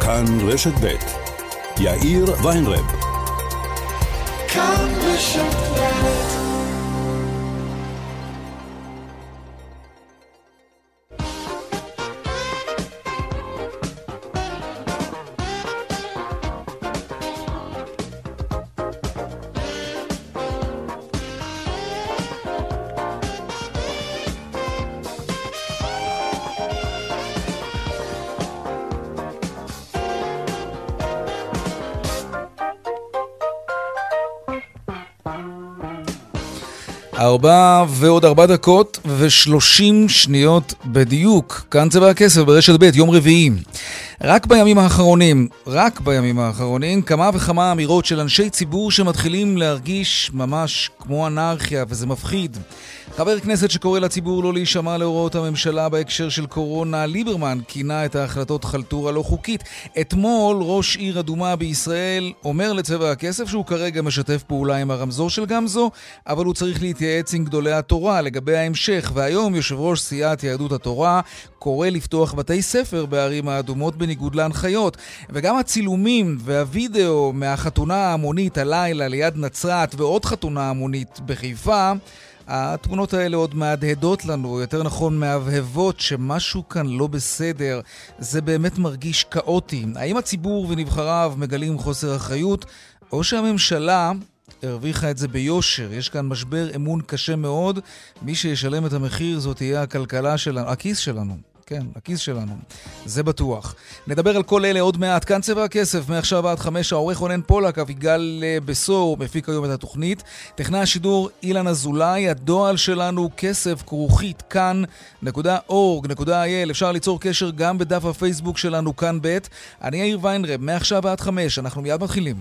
כאן רשת ב' יאיר ויינרב. כאן רשת ב'. ועוד 4 דקות ו30 שניות בדיוק. כאן צבע הכסף ברשת ב' יום רביעי. רק בימים האחרונים כמה וכמה אמירות של אנשי ציבור שמתחילים להרגיש ממש כמו אנרכיה, וזה מפחיד. חבר כנסת שקורא לציבור לא להישמע להוראות הממשלה בהקשר של קורונה, ליברמן כינה את ההחלטות חלטורה לא חוקית. אתמול ראש עיר אדומה בישראל אומר לצבע הכסף שהוא כרגע משתף פעולה עם הרמזור של גמזו, אבל הוא צריך להתייעץ עם גדולי התורה לגבי ההמשך. והיום יושב ראש סיעת יהדות התורה קורא לפתוח בתי ספר בערים האדומות בניגוד להנחיות. וגם הצילומים והווידאו מהחתונה ההמונית הלילה ליד נצרת ועוד חתונה המונית בחיפה, התמונות האלה עוד מהדהדות לנו, יותר נכון מהבהבות שמשהו כאן לא בסדר. זה באמת מרגיש כאוטי. האם הציבור ונבחריו מגלים חוסר אחריות, או שהממשלה הרוויחה את זה ביושר? יש כאן משבר אמון קשה מאוד. מי שישלם את המחיר זאת תהיה הכלכלה שלנו, הכיס שלנו. כן, הכיס שלנו. זה בטוח. נדבר על כל אלה עוד מעט. כאן צבע הכסף, מעכשיו עד 5. העורך רונן פולק, אביגל בסור מפיק היום את התוכנית. טכנאי השידור אילן אזולאי. הדואל שלנו כסף@כאן.org.il. אפשר ליצור קשר גם בדף הפייסבוק שלנו כאן ב'. אני יאיר ויינרב, מעכשיו עד 5. אנחנו מיד מתחילים.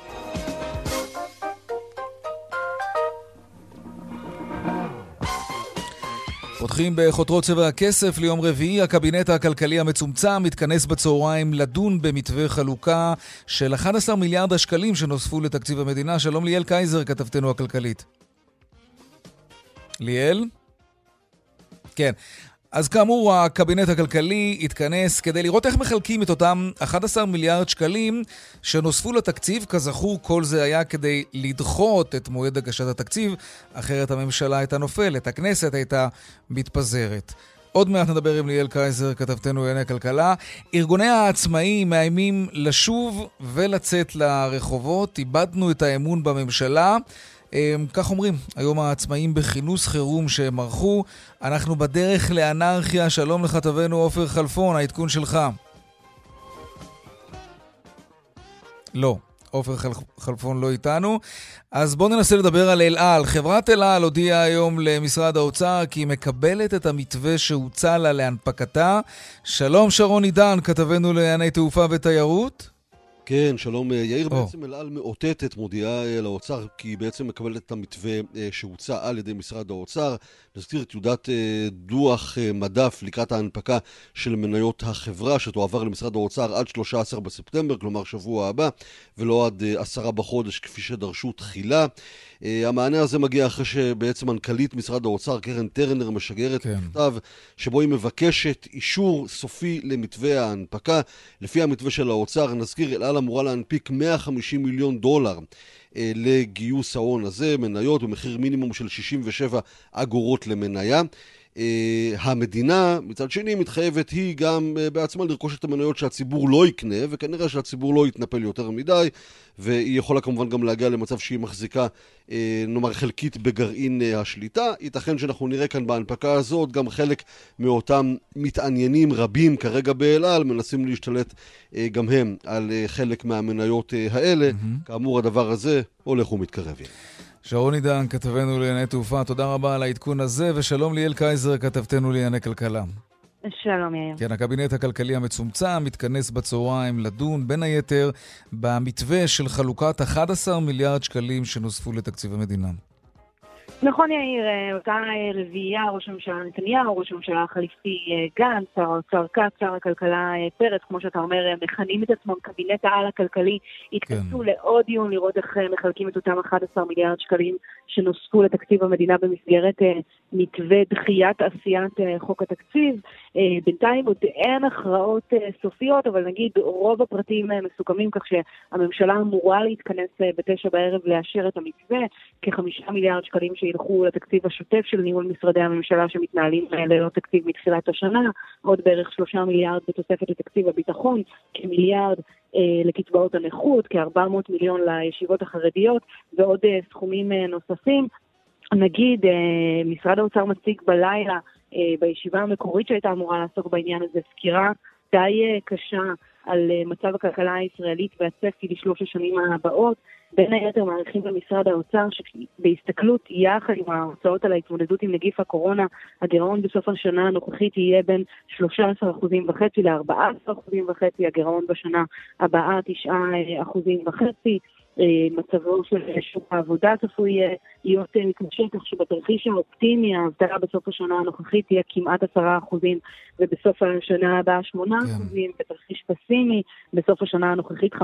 פותחים בחותרות צבע הכסף ליום רביעי. הקבינט הכלכלי המצומצם מתכנס בצהריים לדון במתווה חלוקה של 11 מיליארד השקלים שנוספו לתקציב המדינה. שלום ליאל קייזר, כתבתנו הכלכלית. ליאל? כן. אז כאמור, הקבינט הכלכלי התכנס כדי לראות איך מחלקים את אותם 11 מיליארד שקלים שנוספו לתקציב. כזכור, כל זה היה כדי לדחות את מועד הגשת התקציב, אחרת הממשלה הייתה נופלת, הכנסת הייתה מתפזרת. עוד מעט נדבר עם ליאל קייזר, כתבתנו לענייני כלכלה. ארגוני העצמאים מאיימים לשוב ולצאת לרחובות. איבדנו את האמון בממשלה. כך אומרים, היום העצמאים בכינוס חירום שהם ערכו. אנחנו בדרך לאנרכיה. שלום לכתבנו עופר חלפון, העדכון שלך. לא, עופר חלפון לא איתנו. אז בואו ננסה לדבר על אל על. חברת אל על הודיעה היום למשרד האוצר כי היא מקבלת את המתווה שהוצע לה להנפקתה. שלום שרון עידן, כתבנו לענייני תעופה ותיירות. כן, שלום יאיר. בעצם אל על מאותתת, מודיעה לאוצר, כי היא בעצם מקבלת את המתווה שהוצע על ידי משרד האוצר. נזכיר את תעודת דוח מדף לקראת ההנפקה של מניות החברה, שתועבר למשרד האוצר עד 13 בספטמבר, כלומר שבוע הבא, ולא עד 10 בחודש כפי שדרשו תחילה. המענה הזה מגיע אחרי שבעצם מנכ"לית משרד האוצר, קרן טרנר, משגרת מכתב שבו היא מבקשת אישור סופי למתווה ההנפקה. לפי המתווה של האוצר, נזכיר, אל על אמורה להנפיק $150 מיליון לגיוס ההון הזה, מניות במחיר מינימום של 67 אגורות למניה. המדינה מצד שני מתחייבת היא גם בעצמה לרכוש את המניות שהציבור לא יקנה, וכנראה שהציבור לא יתנפל יותר מדי, והיא יכולה כמובן גם להגיע למצב שהיא מחזיקה נאמר חלקית בגרעין השליטה. ייתכן שאנחנו נראה כאן בהנפקה הזאת גם חלק מאותם מתעניינים רבים כרגע באל על מנסים להשתלט גם הם על חלק מהמניות האלה. כאמור הדבר הזה הולך ומתקרב. שרון עידן, כתבנו לענייני תעופה, תודה רבה על העדכון הזה, ושלום ליאל קייזר, כתבתנו לענייני כלכלה. שלום יאיר. כן, הקבינט הכלכלי המצומצם מתכנס בצהריים לדון בין היתר במתווה של חלוקת 11 מיליארד שקלים שנוספו לתקציב המדינה. נכון יאיר, אותה רביעייה, ראש הממשלה נתניהו, ראש הממשלה החליפי גנץ, שר האוצר כץ, שר הכלכלה פרץ, כמו שאתה אומר, מכנים את עצמם קבינט העל הכלכלי, התכנסו לעוד דיון לראות איך מחלקים את אותם 11 מיליארד שקלים שנוספו לתקציב המדינה במסגרת מתווה דחיית עשיית חוק התקציב. בינתיים עוד אין הכרעות סופיות, אבל נגיד רוב הפרטים מסוכמים כך שהממשלה אמורה להתכנס ב9 בערב לאשר את המתווה, כ5 מיליארד שקלים שילכו לתקציב השוטף של ניהול משרדי הממשלה שמתנהלים ללא תקציב מתחילת השנה, עוד בערך 3 מיליארד בתוספת לתקציב הביטחון, כמיליארד לקצבאות הנכות, כ400 מיליון לישיבות החרדיות, ועוד סכומים נוספים. נגיד, משרד האוצר מציג בלילה, בישיבה המקורית שהייתה אמורה לעסוק בעניין הזה, סקירה די קשה על מצב הכלכלה הישראלית והצפי לשלוש השנים הבאות. בין היתר מעריכים במשרד האוצר שבהסתכלות יחד עם ההוצאות על ההתמודדות עם נגיף הקורונה, הגירעון בסוף השנה הנוכחית יהיה בין 13.5% ל-14.5%, הגירעון בשנה הבאה 9.5%. מצבו של שוק העבודה צפוי להיות מתמשך, כך שבתרחיש האופטימי האבטלה בסוף השנה הנוכחית תהיה כמעט 10%, ובסוף השנה הבאה 8%, בתרחיש פסימי בסוף השנה הנוכחית 15%,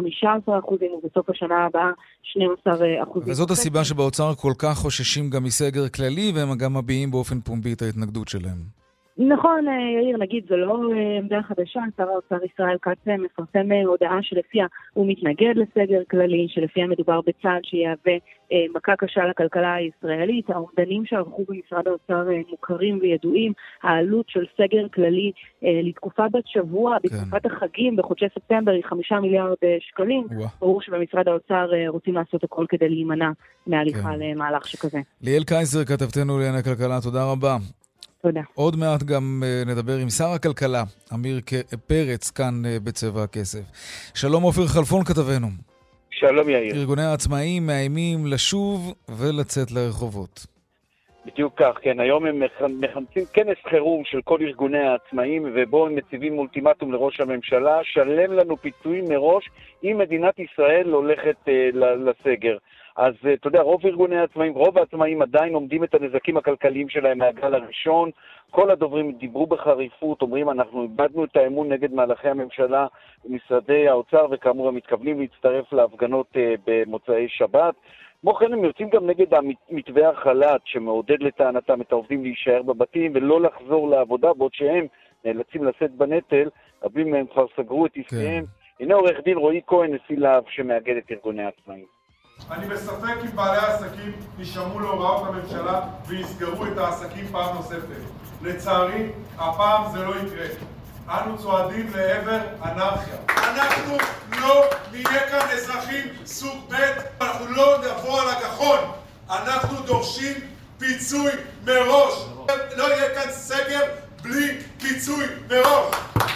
ובסוף השנה הבאה 12%. וזאת הסיבה שבאוצר כל כך חוששים גם מסגר כללי, והם גם מביעים באופן פומבי את ההתנגדות שלהם. נכון, יאיר, נגיד, זו לא עמדה חדשה, שר האוצר ישראל כץ מפרסם הודעה שלפיה הוא מתנגד לסגר כללי, שלפיה מדובר בצעד שיהווה מכה קשה לכלכלה הישראלית. האומדנים שערכו במשרד האוצר מוכרים וידועים, העלות של סגר כללי לתקופה בת שבוע, בתקופת החגים, בחודשי ספטמבר, היא 5 מיליארד שקלים. ברור שבמשרד האוצר רוצים לעשות הכל כדי להימנע מהליכה למהלך שכזה. ליאל קייזר, כתבתנו לענייני הכלכלה, תודה רבה. תודה. עוד מעט גם נדבר עם שר הכלכלה, עמיר פרץ, כאן בצבע הכסף. שלום עופר חלפון כתבנו. שלום יאיר. ארגוני העצמאים מאיימים לשוב ולצאת לרחובות. בדיוק כך, כן. היום הם מכנסים כנס חירום של כל ארגוני העצמאים, ובו הם מציבים אולטימטום לראש הממשלה, שלם לנו פיצויים מראש אם מדינת ישראל הולכת לסגר. אז אתה יודע, רוב העצמאים עדיין עומדים את הנזקים הכלכליים שלהם מהגל הראשון. כל הדוברים דיברו בחריפות, אומרים אנחנו איבדנו את האמון נגד מהלכי הממשלה במשרדי האוצר, וכאמור הם מתכוונים להצטרף להפגנות במוצאי שבת. כמו כן הם יוצאים גם נגד מתווה החל"ת שמעודד לטענתם את העובדים להישאר בבתים ולא לחזור לעבודה, בעוד שהם נאלצים לשאת בנטל, רבים מהם כבר סגרו את עסקיהם. הנה עורך דין רועי כהן, נשיא להב שמאגד את ארגוני העצמאים. אני בספק אם בעלי העסקים ישמעו להוראות הממשלה ויסגרו את העסקים פעם נוספת. לצערי, הפעם זה לא יקרה. אנו צועדים לעבר אנרכיה. אנחנו לא נהיה כאן אזרחים סוג ב', אנחנו לא נבוא על הגחון. אנחנו דורשים פיצוי מראש. לא יהיה כאן סגר בלי פיצוי מראש.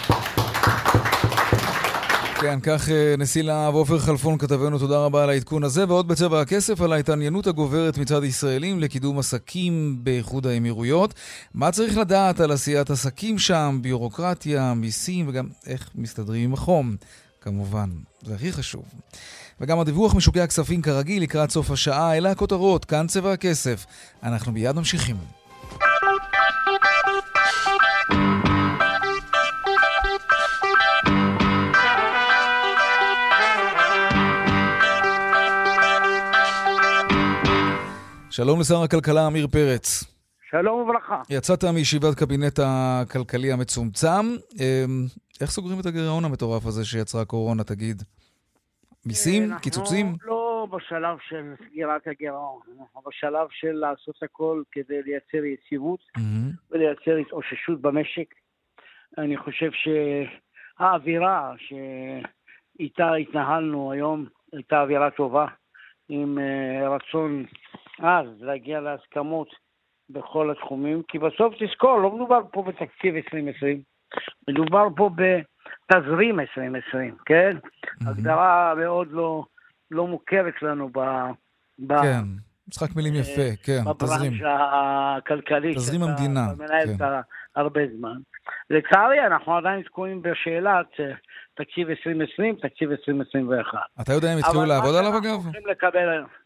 כן, כך נשיא להב עופר חלפון כתבנו, תודה רבה על העדכון הזה, ועוד בצבע הכסף על ההתעניינות הגוברת מצד ישראלים לקידום עסקים באיחוד האמירויות. מה צריך לדעת על עשיית עסקים שם, ביורוקרטיה, מיסים וגם איך מסתדרים עם החום, כמובן, זה הכי חשוב. וגם הדיווח משוקי הכספים כרגיל לקראת סוף השעה, אלה הכותרות, כאן צבע הכסף. אנחנו ביד ממשיכים. שלום לשר הכלכלה עמיר פרץ. שלום וברכה. יצאת מישיבת קבינט הכלכלי המצומצם. איך סוגרים את הגירעון המטורף הזה שיצרה הקורונה, תגיד? מיסים? קיצוצים? אנחנו לא בשלב של סגירת הגירעון. אנחנו בשלב של לעשות הכל כדי לייצר יציבות ולייצר התאוששות במשק. אני חושב שהאווירה שאיתה התנהלנו היום הייתה אווירה טובה, עם רצון אז להגיע להסכמות בכל התחומים, כי בסוף תזכור, לא מדובר פה בתקציב 2020, מדובר פה בתזרים 2020, כן? הגדרה מאוד לא מוכרת לנו כן, משחק מילים יפה, כן, תזרים. בברנש הכלכלית. תזרים המדינה. מנהל הרבה זמן. לצערי, אנחנו עדיין תקועים בשאלת תקציב 2020, תקציב 2021. אתה יודע אם התחילו לעבוד עליו אגב?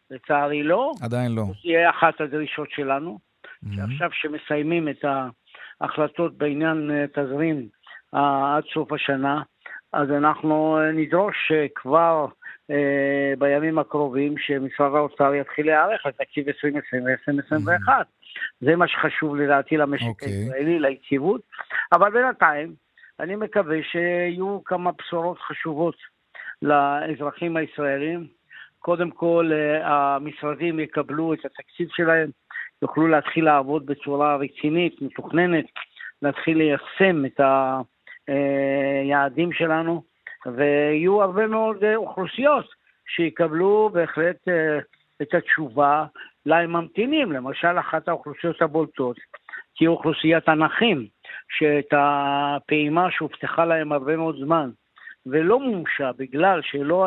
לצערי לא. עדיין לא. זו תהיה אחת הדרישות שלנו, שעכשיו שמסיימים את ההחלטות בעניין תזרים עד סוף השנה, אז אנחנו נדרוש כבר בימים הקרובים שמשרד האוצר יתחיל להיערך לתקציב 2020-2021. זה מה שחשוב לדעתי למשק הישראלי, ליציבות. אבל בינתיים אני מקווה שיהיו כמה בשורות חשובות לאזרחים הישראלים. קודם כל, המשרדים יקבלו את התקציב שלהם, יוכלו להתחיל לעבוד בצורה רצינית, מתוכננת, להתחיל ליישם את היעדים שלנו, ויהיו הרבה מאוד אוכלוסיות שיקבלו בהחלט את התשובה להם ממתינים. למשל, אחת האוכלוסיות הבולטות תהיה אוכלוסיית הנכים, שאת הפעימה שהובטחה להם הרבה מאוד זמן, ולא מומשה בגלל שלא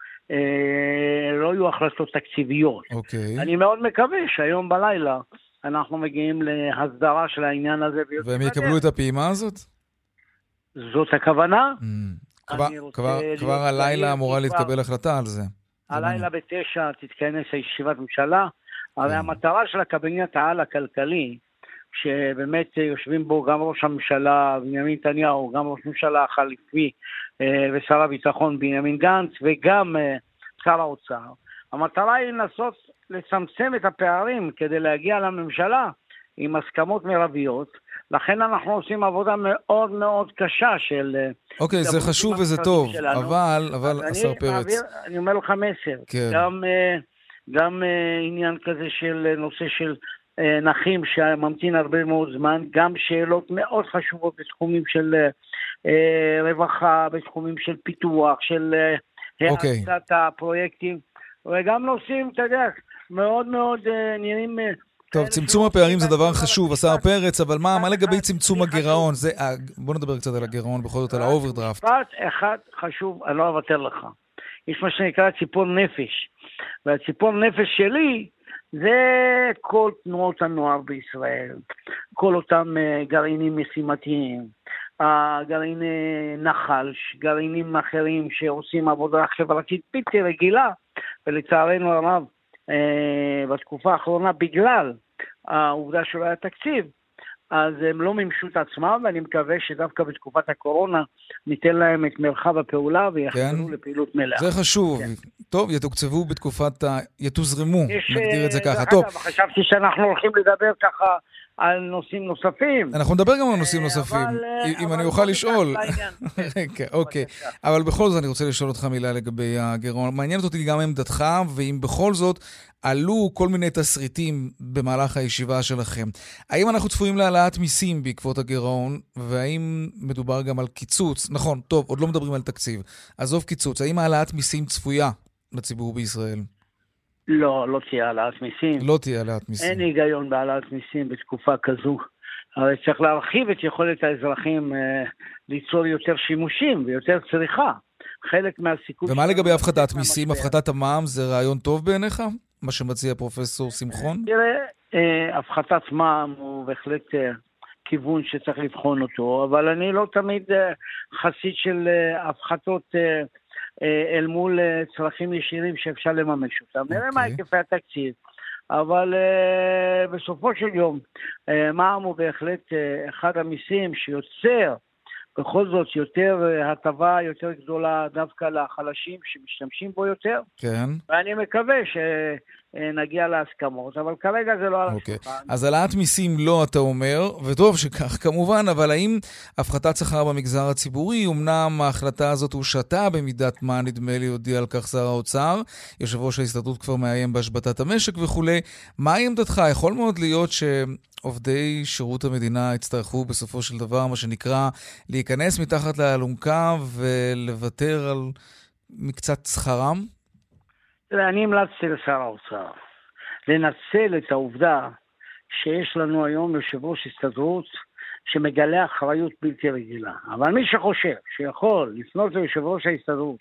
היו החלטות תקציביות. אני מאוד מקווה שהיום בלילה אנחנו מגיעים להסדרה של העניין הזה. והם יקבלו את הפעימה הזאת? זאת הכוונה. כבר הלילה אמורה להתקבל החלטה על זה. הלילה ב9 תתכנס הישיבת ממשלה. הרי המטרה של הקבינט העל הכלכלי, שבאמת יושבים בו גם ראש הממשלה בנימין נתניהו, גם ראש הממשלה החליפי ושר הביטחון בנימין גנץ, וגם שר האוצר. המטרה היא לנסות לצמצם את הפערים כדי להגיע לממשלה עם הסכמות מרביות. לכן אנחנו עושים עבודה מאוד מאוד קשה של... אוקיי, זה חשוב וזה טוב, אבל השר פרץ... אני אומר לך מסר. גם עניין כזה של נושא של נכים שממתין הרבה מאוד זמן, גם שאלות מאוד חשובות בתחומים של רווחה, בתחומים של פיתוח, של העצת הפרויקטים, וגם נושאים, אתה יודע, מאוד מאוד נראים... טוב, צמצום הפערים זה דבר חשוב, השר פרץ, אבל מה לגבי צמצום הגירעון? בוא נדבר קצת על הגירעון, בכל זאת על האוברדרפט. משפט אחד חשוב, אני לא אוותר לך. יש מה שנקרא ציפור נפש, והציפור נפש שלי זה כל תנועות הנוער בישראל, כל אותם גרעינים משימתיים, גרעיני נחל, גרעינים אחרים שעושים עבודה חברתית בלתי רגילה, ולצערנו הרב, בתקופה האחרונה, בגלל העובדה שלא היה תקציב, אז הם לא מימשו את עצמם, ואני מקווה שדווקא בתקופת הקורונה ניתן להם את מרחב הפעולה ויחזרו לפעילות מלאה. זה חשוב. טוב, יתוקצבו בתקופת יתוזרמו, נגדיר את זה ככה. טוב. חשבתי שאנחנו הולכים לדבר ככה על נושאים נוספים. אנחנו נדבר גם על נושאים נוספים, אם אני אוכל לשאול. אוקיי, אבל בכל זאת אני רוצה לשאול אותך מילה לגבי הגירעון. מעניינת אותי גם עמדתך, ואם בכל זאת עלו כל מיני תסריטים במהלך הישיבה שלכם. האם אנחנו צפויים להעלאת מיסים בעקבות הגירעון, והאם מדובר גם על קיצוץ? נכון, טוב, עוד לא מדברים על תקציב. עזוב קיצוץ, האם העלאת מיסים צפויה לציבור בישראל? לא תהיה העלאת מיסים. לא תהיה העלאת מיסים. אין היגיון בהעלאת מיסים בתקופה כזו. הרי צריך להרחיב את יכולת האזרחים ליצור יותר שימושים ויותר צריכה. חלק מהסיכוי... ומה לגבי הפחתת מיסים? הפחתת המע"מ זה רעיון טוב בעיניך? מה שמציע פרופסור שמחון? תראה, הפחתת מע"מ הוא בהחלט כיוון שצריך לבחון אותו, אבל אני לא תמיד חסיד של הפחתות אל מול צרכים ישירים שאפשר לממש אותם. נראה מה היקפי התקציב, אבל בסופו של יום, מע"מ הוא בהחלט אחד המיסים שיוצר בכל זאת יותר הטבה יותר גדולה דווקא לחלשים שמשתמשים בו יותר. כן. ואני מקווה שנגיע להסכמות, אבל כרגע זה לא על השולחן. אז העלאת מיסים לא, אתה אומר, וטוב שכך כמובן, אבל האם הפחתת שכר במגזר הציבורי, אמנם ההחלטה הזאת הושתה במידת מה, נדמה לי, הודיע על כך שר האוצר, יושב ראש ההסתדרות כבר מאיים בהשבתת המשק וכולי. מה עמדתך? יכול מאוד להיות עובדי שירות המדינה יצטרכו בסופו של דבר, מה שנקרא, להיכנס מתחת לאלונקה ולוותר על מקצת שכרם? אני המלצתי לשר האוצר לנצל את העובדה שיש לנו היום יושב ראש הסתדרות שמגלה אחריות בלתי רגילה. אבל מי שחושב שיכול לפנות ליושב ראש ההסתדרות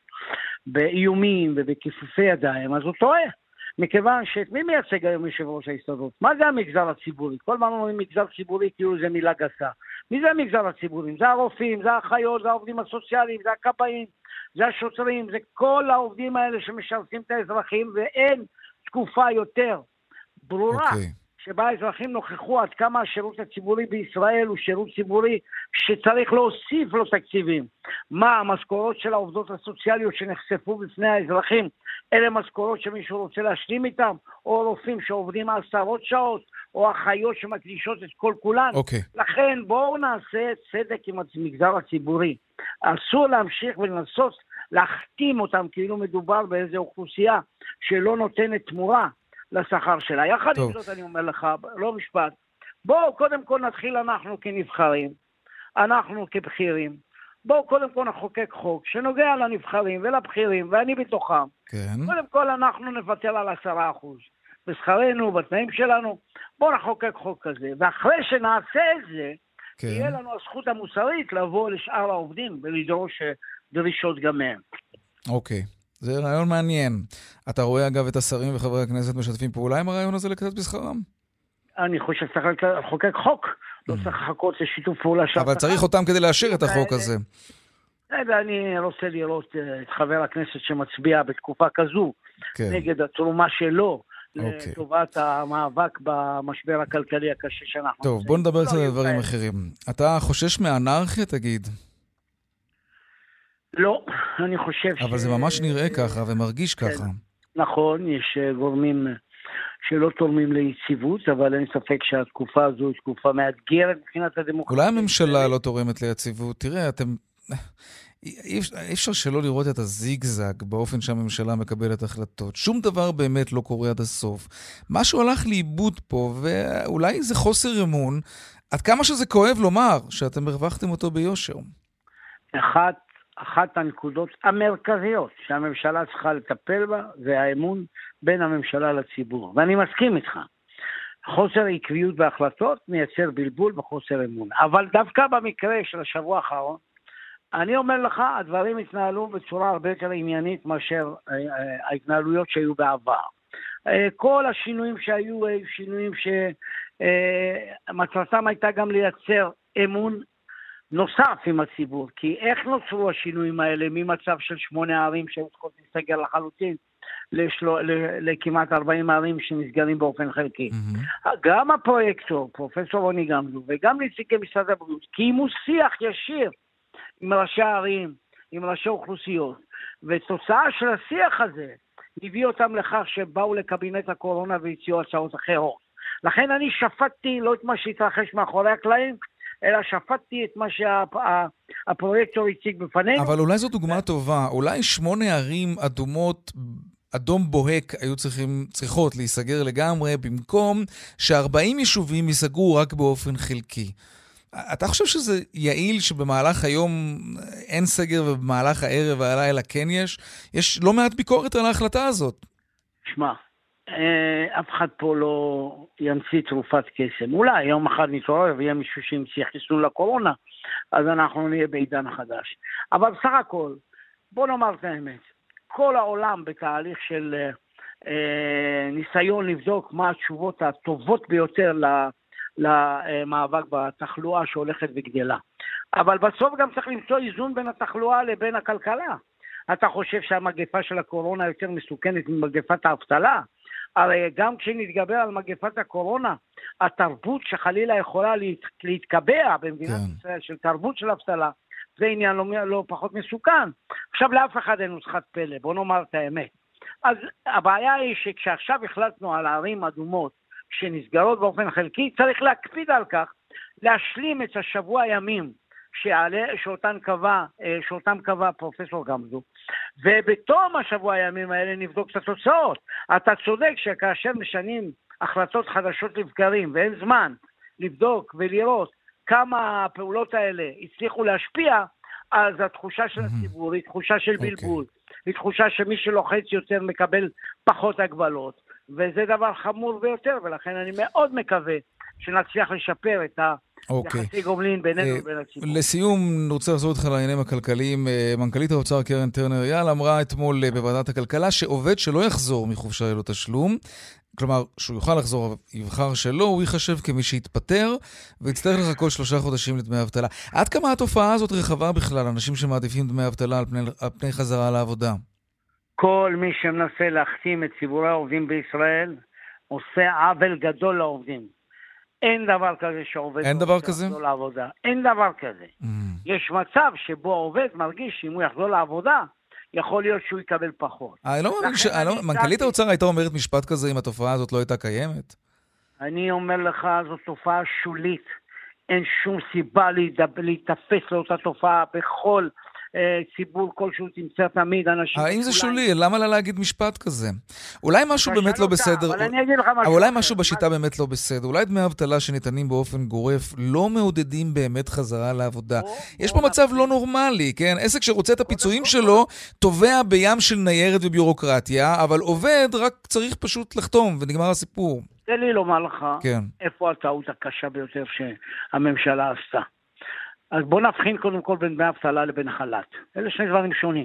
באיומים ובכיפופי ידיים, אז הוא טועה. מכיוון שאת מי מייצג היום יושב ראש ההסתדרות? מה זה המגזר הציבורי? כל מה אומרים מגזר ציבורי כאילו זה מילה גסה. מי זה המגזר הציבורי? זה הרופאים, זה האחיות, זה העובדים הסוציאליים, זה הכבאים, זה השוטרים, זה כל העובדים האלה שמשרתים את האזרחים, ואין תקופה יותר ברורה, שבה האזרחים נוכחו עד כמה השירות הציבורי בישראל הוא שירות ציבורי שצריך להוסיף לו תקציבים. מה המשכורות של העובדות הסוציאליות שנחשפו בפני האזרחים, אלה משכורות שמישהו רוצה להשלים איתם, או רופאים שעובדים 10 שעות, או אחיות שמקדישות את כל כולן. לכן בואו נעשה צדק עם המגזר הציבורי. אסור להמשיך ולנסות להחתים אותם כאילו מדובר באיזו אוכלוסייה שלא נותנת תמורה לשכר שלה. יחד עם זאת אני אומר לך, לא משפט, בואו קודם כל נתחיל אנחנו כנבחרים, אנחנו כבחירים, בואו קודם כל נחוקק חוק שנוגע לנבחרים ולבחירים, ואני בתוכם. קודם כל אנחנו נוותר על 10% בשכרנו, בתנאים שלנו, בואו נחוקק חוק כזה, ואחרי שנעשה את זה, תהיה לנו הזכות המוסרית לבוא לשאר העובדים ולדרוש דרישות גם מהם. אוקיי. זה רעיון מעניין. אתה רואה אגב את השרים וחברי הכנסת משתפים פעולה עם הרעיון הזה לקצץ בשכרם? אני חושב שצריך לחוקק חוק, לא צריך לחכות לשיתוף פעולה. אבל צריך אותם כדי לאשר את החוק הזה. אני רוצה לראות את חבר הכנסת שמצביע בתקופה כזו, נגד התרומה שלו, לטובת המאבק במשבר הכלכלי הקשה שאנחנו... טוב, בוא נדבר קצת על דברים אחרים. אתה חושש מאנרכיה, תגיד? לא, אני חושב אבל זה ממש נראה ככה ומרגיש ככה. נכון, יש גורמים שלא תורמים ליציבות, אבל אין ספק שהתקופה הזו היא תקופה מאתגרת מבחינת הדמוקרטיה. אולי הממשלה לא תורמת ליציבות. תראה, אי אפשר שלא לראות את הזיגזג באופן שהממשלה מקבלת החלטות. שום דבר באמת לא קורה עד הסוף. משהו הלך לאיבוד פה, ואולי זה חוסר אמון. עד כמה שזה כואב לומר שאתם הרווחתם אותו ביושר. אחת הנקודות המרכזיות שהממשלה צריכה לטפל בה, זה האמון בין הממשלה לציבור. ואני מסכים איתך. חוסר עקביות בהחלטות מייצר בלבול וחוסר אמון. אבל דווקא במקרה של השבוע האחרון, אני אומר לך, הדברים התנהלו בצורה הרבה יותר עניינית מאשר ההתנהלויות שהיו בעבר. כל השינויים שהיו, שינויים שמטרתם הייתה גם לייצר אמון נוסף עם הציבור. כי איך נוצרו השינויים האלה ממצב של 8 ערים שהולכות להסתגר לחלוטין, לכמעט 40 ערים שנסגרים באופן חלקי. גם הפרויקטור, פרופסור רוני גמזו, וגם נציגי משרד הבריאות, קיימו שיח ישיר עם ראשי הערים, עם ראשי אוכלוסיות, ותוצאה של השיח הזה הביא אותם לכך שבאו לקבינט הקורונה והציעו הצעות אחרות. לכן אני שפטתי לא את מה שהתרחש מאחורי הקלעים, אלא שפטתי את מה שהפרויקטור הציג בפנינו. אבל אולי זו דוגמה טובה. אולי 8 ערים אדומות, אדום בוהק, היו צריכות להיסגר לגמרי, במקום ש40 יישובים ייסגרו רק באופן חלקי. אתה חושב שזה יעיל שבמהלך היום אין סגר ובמהלך הערב והלילה כן יש לא מעט ביקורת על ההחלטה הזאת. שמע, אף אחד פה לא ימציא תרופת קסם. אולי יום אחד נתעורר ויהיה מישהו שימציא חיסון לקורונה, אז אנחנו נהיה בעידן החדש. אבל בסך הכל, בוא נאמר את האמת, כל העולם בתהליך של ניסיון לבדוק מה התשובות הטובות ביותר למאבק בתחלואה שהולכת וגדלה. אבל בסוף גם צריך למצוא איזון בין התחלואה לבין הכלכלה. אתה חושב שהמגפה של הקורונה יותר מסוכנת ממגפת האבטלה? הרי גם כשנתגבר על מגפת הקורונה, התרבות שחלילה יכולה להתקבע במדינת ישראל של תרבות של אבטלה, זה עניין לא פחות מסוכן. עכשיו לאף אחד אין נוסחת פלא, בוא נאמר את האמת. אז הבעיה היא שכשעכשיו החלטנו על הערים אדומות שנסגרות באופן חלקי, צריך להקפיד על כך, להשלים את השבוע ימים שאותם קבע פרופסור גמזו, ובתום השבוע הימים האלה נבדוק את התוצאות. אתה צודק שכאשר משנים החלטות חדשות לבקרים ואין זמן לבדוק ולראות כמה הפעולות האלה הצליחו להשפיע, אז התחושה של הציבור היא תחושה של בלבול, היא תחושה שמי שלוחץ יותר מקבל פחות הגבלות, וזה דבר חמור ביותר, ולכן אני מאוד מקווה שנצליח לשפר את יחסי גומלין בינינו ובין הציבור. לסיום, נרצה לחזור איתך לעניינים הכלכליים. מנכ"לית האוצר קרן טרנר יעל אמרה אתמול בוועדת הכלכלה שעובד שלא יחזור מחופשה ללא תשלום, כלומר שהוא יוכל לחזור, יבחר שלא, הוא ייחשב כמי שהתפטר ויצטרך לחכות 3 חודשים לדמי אבטלה. עד כמה התופעה הזאת רחבה בכלל, אנשים שמעדיפים דמי אבטלה על פני חזרה לעבודה? כל מי שמנסה להחתים את ציבורי העובדים בישראל עושה עוול גדול לעובדים. אין דבר כזה שעובד אין דבר כזה? לחזור לעבודה. אין דבר כזה. יש מצב שבו העובד מרגיש שאם הוא יחזור לעבודה, יכול להיות שהוא יקבל פחות. אני לא מאמין מנכ"לית האוצר הייתה אומרת משפט כזה אם התופעה הזאת לא הייתה קיימת? אני אומר לך, זו תופעה שולית. אין שום סיבה להתאפס לאותה תופעה בכל ציבור כלשהו תמצא תמיד אנשים... האם זה שולי? למה לה להגיד משפט כזה? אולי משהו באמת לא בסדר. אבל אני אגיד לך משהו. אולי משהו בשיטה באמת לא בסדר. אולי דמי אבטלה שניתנים באופן גורף לא מעודדים באמת חזרה לעבודה. יש פה מצב לא נורמלי, כן? עסק שרוצה את הפיצויים שלו, תובע בים של ניירת וביורוקרטיה, אבל עובד רק צריך פשוט לחתום ונגמר הסיפור. תן לי לומר לך, כן. איפה הטעות הקשה ביותר שהממשלה עשתה. אז בוא נבחין קודם כל בין דמי אבטלה לבין חל"ת. אלה שני דברים שונים.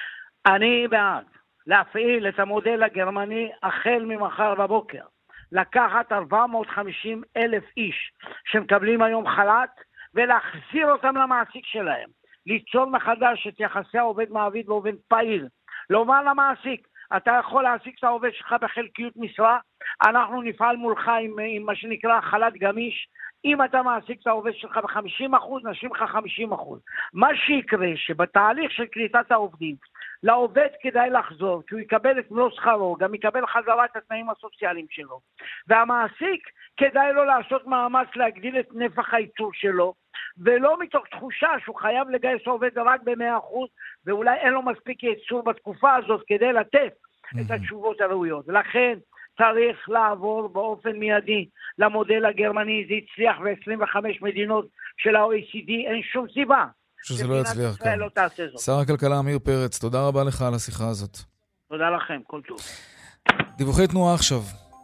אני בעד להפעיל את המודל הגרמני החל ממחר בבוקר. לקחת 450,000 איש שמקבלים היום חל"ת ולהחזיר אותם למעסיק שלהם. ליצור מחדש את יחסי העובד מעביד ועובד פעיל. לומר למעסיק, אתה יכול להעסיק את העובד שלך בחלקיות משרה, אנחנו נפעל מולך עם מה שנקרא חל"ת גמיש, אם אתה מעסיק את העובד שלך ב-50%, נשים לך 50%. מה שיקרה שבתהליך של קליטת העובדים, לעובד כדאי לחזור, כי הוא יקבל את מלוא שכרו, גם יקבל חזרה את התנאים הסוציאליים שלו. והמעסיק כדאי לו לעשות מאמץ להגדיל את נפח הייצור שלו, ולא מתוך תחושה שהוא חייב לגייס עובד רק ב-100%, ואולי אין לו מספיק ייצור בתקופה הזאת כדי לתת את התשובות הראויות. ולכן צריך לעבור באופן מיידי למודל הגרמני, זה הצליח ב-25 מדינות של ה-OECD, אין שום סיבה שזה לא יצליח כאן. לא תעשה זאת. שר הכלכלה אמיר פרץ, תודה רבה לך על השיחה הזאת. תודה לכם, כל טוב. דיווחי תנועה עכשיו.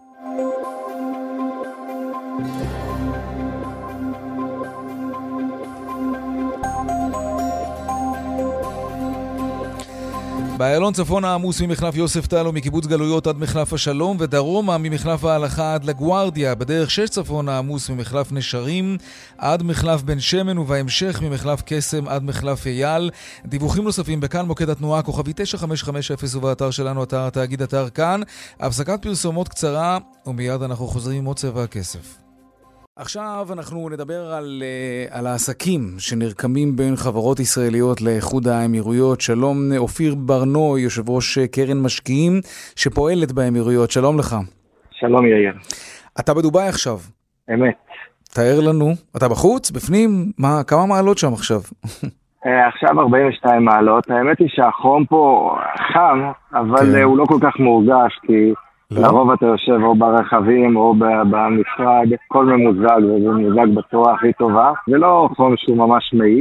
באיילון צפון העמוס ממחלף יוסף טלו מקיבוץ גלויות עד מחלף השלום, ודרומה ממחלף ההלכה עד לגוארדיה. בדרך 6 צפון העמוס ממחלף נשרים עד מחלף בן שמן, ובהמשך ממחלף קסם עד מחלף אייל. דיווחים נוספים בכאן מוקד התנועה כוכבי 9550 ובאתר שלנו אתר התאגיד אתר כאן. הפסקת פרסומות קצרה ומיד אנחנו חוזרים עם עוד צבע הכסף. עכשיו אנחנו נדבר על העסקים שנרקמים בין חברות ישראליות לאיחוד האמירויות. שלום אופיר ברנוי, יושב ראש קרן משקיעים שפועלת באמירויות. שלום לך. שלום יאיר. אתה בדוביי עכשיו. אמת. תאר לנו, אתה בחוץ, בפנים, כמה מעלות שם עכשיו? עכשיו 42 מעלות. האמת היא שהחום פה חם, אבל הוא לא כל כך מורגש, כי לרוב אתה יושב או ברכבים או במשרד, כל ממוזג, וזה ממוזג בצורה הכי טובה. זה לא חום שהוא ממש מעיק.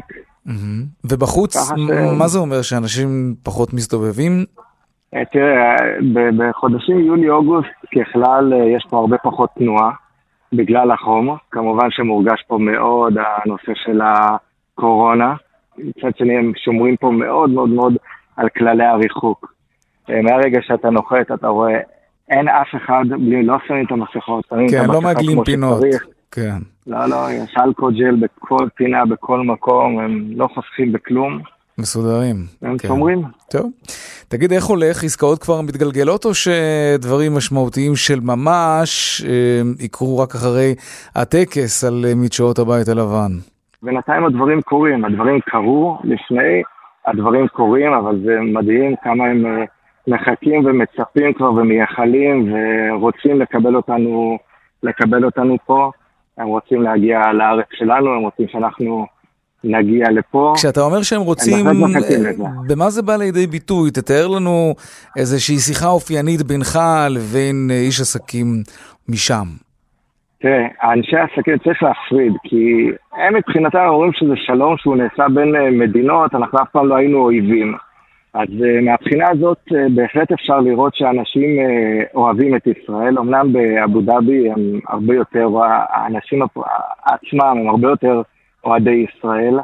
ובחוץ, מה זה אומר, שאנשים פחות מסתובבים? תראה, בחודשים יולי-אוגוסט ככלל יש פה הרבה פחות תנועה בגלל החום. כמובן שמורגש פה מאוד הנושא של הקורונה. מצד שני הם שומרים פה מאוד מאוד מאוד על כללי הריחוק. מהרגע שאתה נוחת אתה רואה אין אף אחד בלי, לא שמים את המסכות. כן, לא מעגלים פינות. כן. לא, יש אלכוג'ל בכל פינה, בכל מקום, הם לא חוסכים בכלום. מסודרים. הם שומרים. טוב. תגיד, איך הולך? עסקאות כבר מתגלגלות או שדברים משמעותיים של ממש יקרו רק אחרי הטקס על מדשאות הבית הלבן? בינתיים הדברים קורים. הדברים קרו לפני, הדברים קורים, אבל זה מדהים כמה הם מחכים ומצפים כבר ומייחלים ורוצים לקבל אותנו פה. הם רוצים להגיע לארץ שלנו, הם רוצים שאנחנו נגיע לפה. כשאתה אומר שהם רוצים, במה זה בא לידי ביטוי? תתאר לנו איזושהי שיחה אופיינית בינך לבין איש עסקים משם. תראה, האנשי העסקים צריך להפריד, כי הם מבחינתם אומרים שזה שלום שהוא נעשה בין מדינות, אנחנו אף פעם לא היינו אויבים. אז מהבחינה הזאת בהחלט אפשר לראות שאנשים אוהבים את ישראל. אמנם באבו דאבי הם הרבה יותר, האנשים עצמם הם הרבה יותר אוהדי ישראל.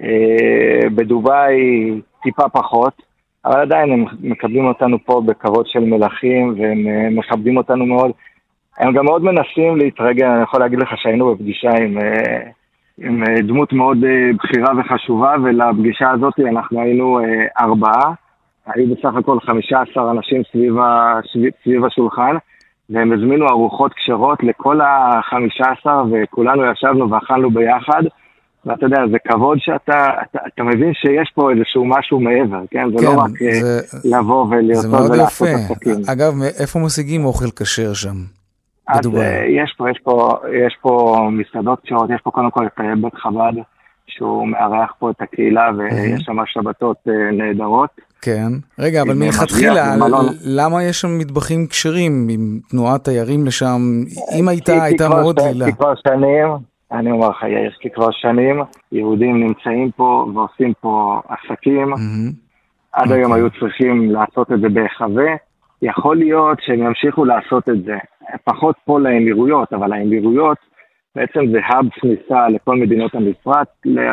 בדוביי טיפה פחות, אבל עדיין הם מקבלים אותנו פה בכבוד של מלכים, והם מכבדים אותנו מאוד. הם גם מאוד מנסים להתרגל. אני יכול להגיד לך שהיינו בפגישה עם דמות מאוד בחירה וחשובה, ולפגישה הזאת אנחנו היינו 4. היו בסך הכל 15 אנשים סביב השולחן, והם הזמינו ארוחות כשרות לכל ה-15, וכולנו ישבנו ואכלנו ביחד, ואתה יודע, זה כבוד שאתה מבין שיש פה איזשהו משהו מעבר, כן? זה לא רק לבוא ולרצות ולעשות עסקים. אגב, איפה משיגים אוכל כשר שם? יש פה מסעדות כשרות, יש פה קודם כל את בית חב"ד, שהוא מארח פה את הקהילה, ויש שם שבתות נהדרות. כן. רגע, אבל מלכתחילה, למה יש שם מטבחים כשרים עם תנועת תיירים לשם? אם הייתה מאוד דלילה. כי כבר שנים, אני אומר לך, יאיר, כי כבר שנים יהודים נמצאים פה ועושים פה עסקים. עד היום היו צריכים לעשות את זה בהיחווה. יכול להיות שהם ימשיכו לעשות את זה. פחות פה לאמירויות, אבל האמירויות בעצם זה האב כניסה לכל מדינות המפרץ,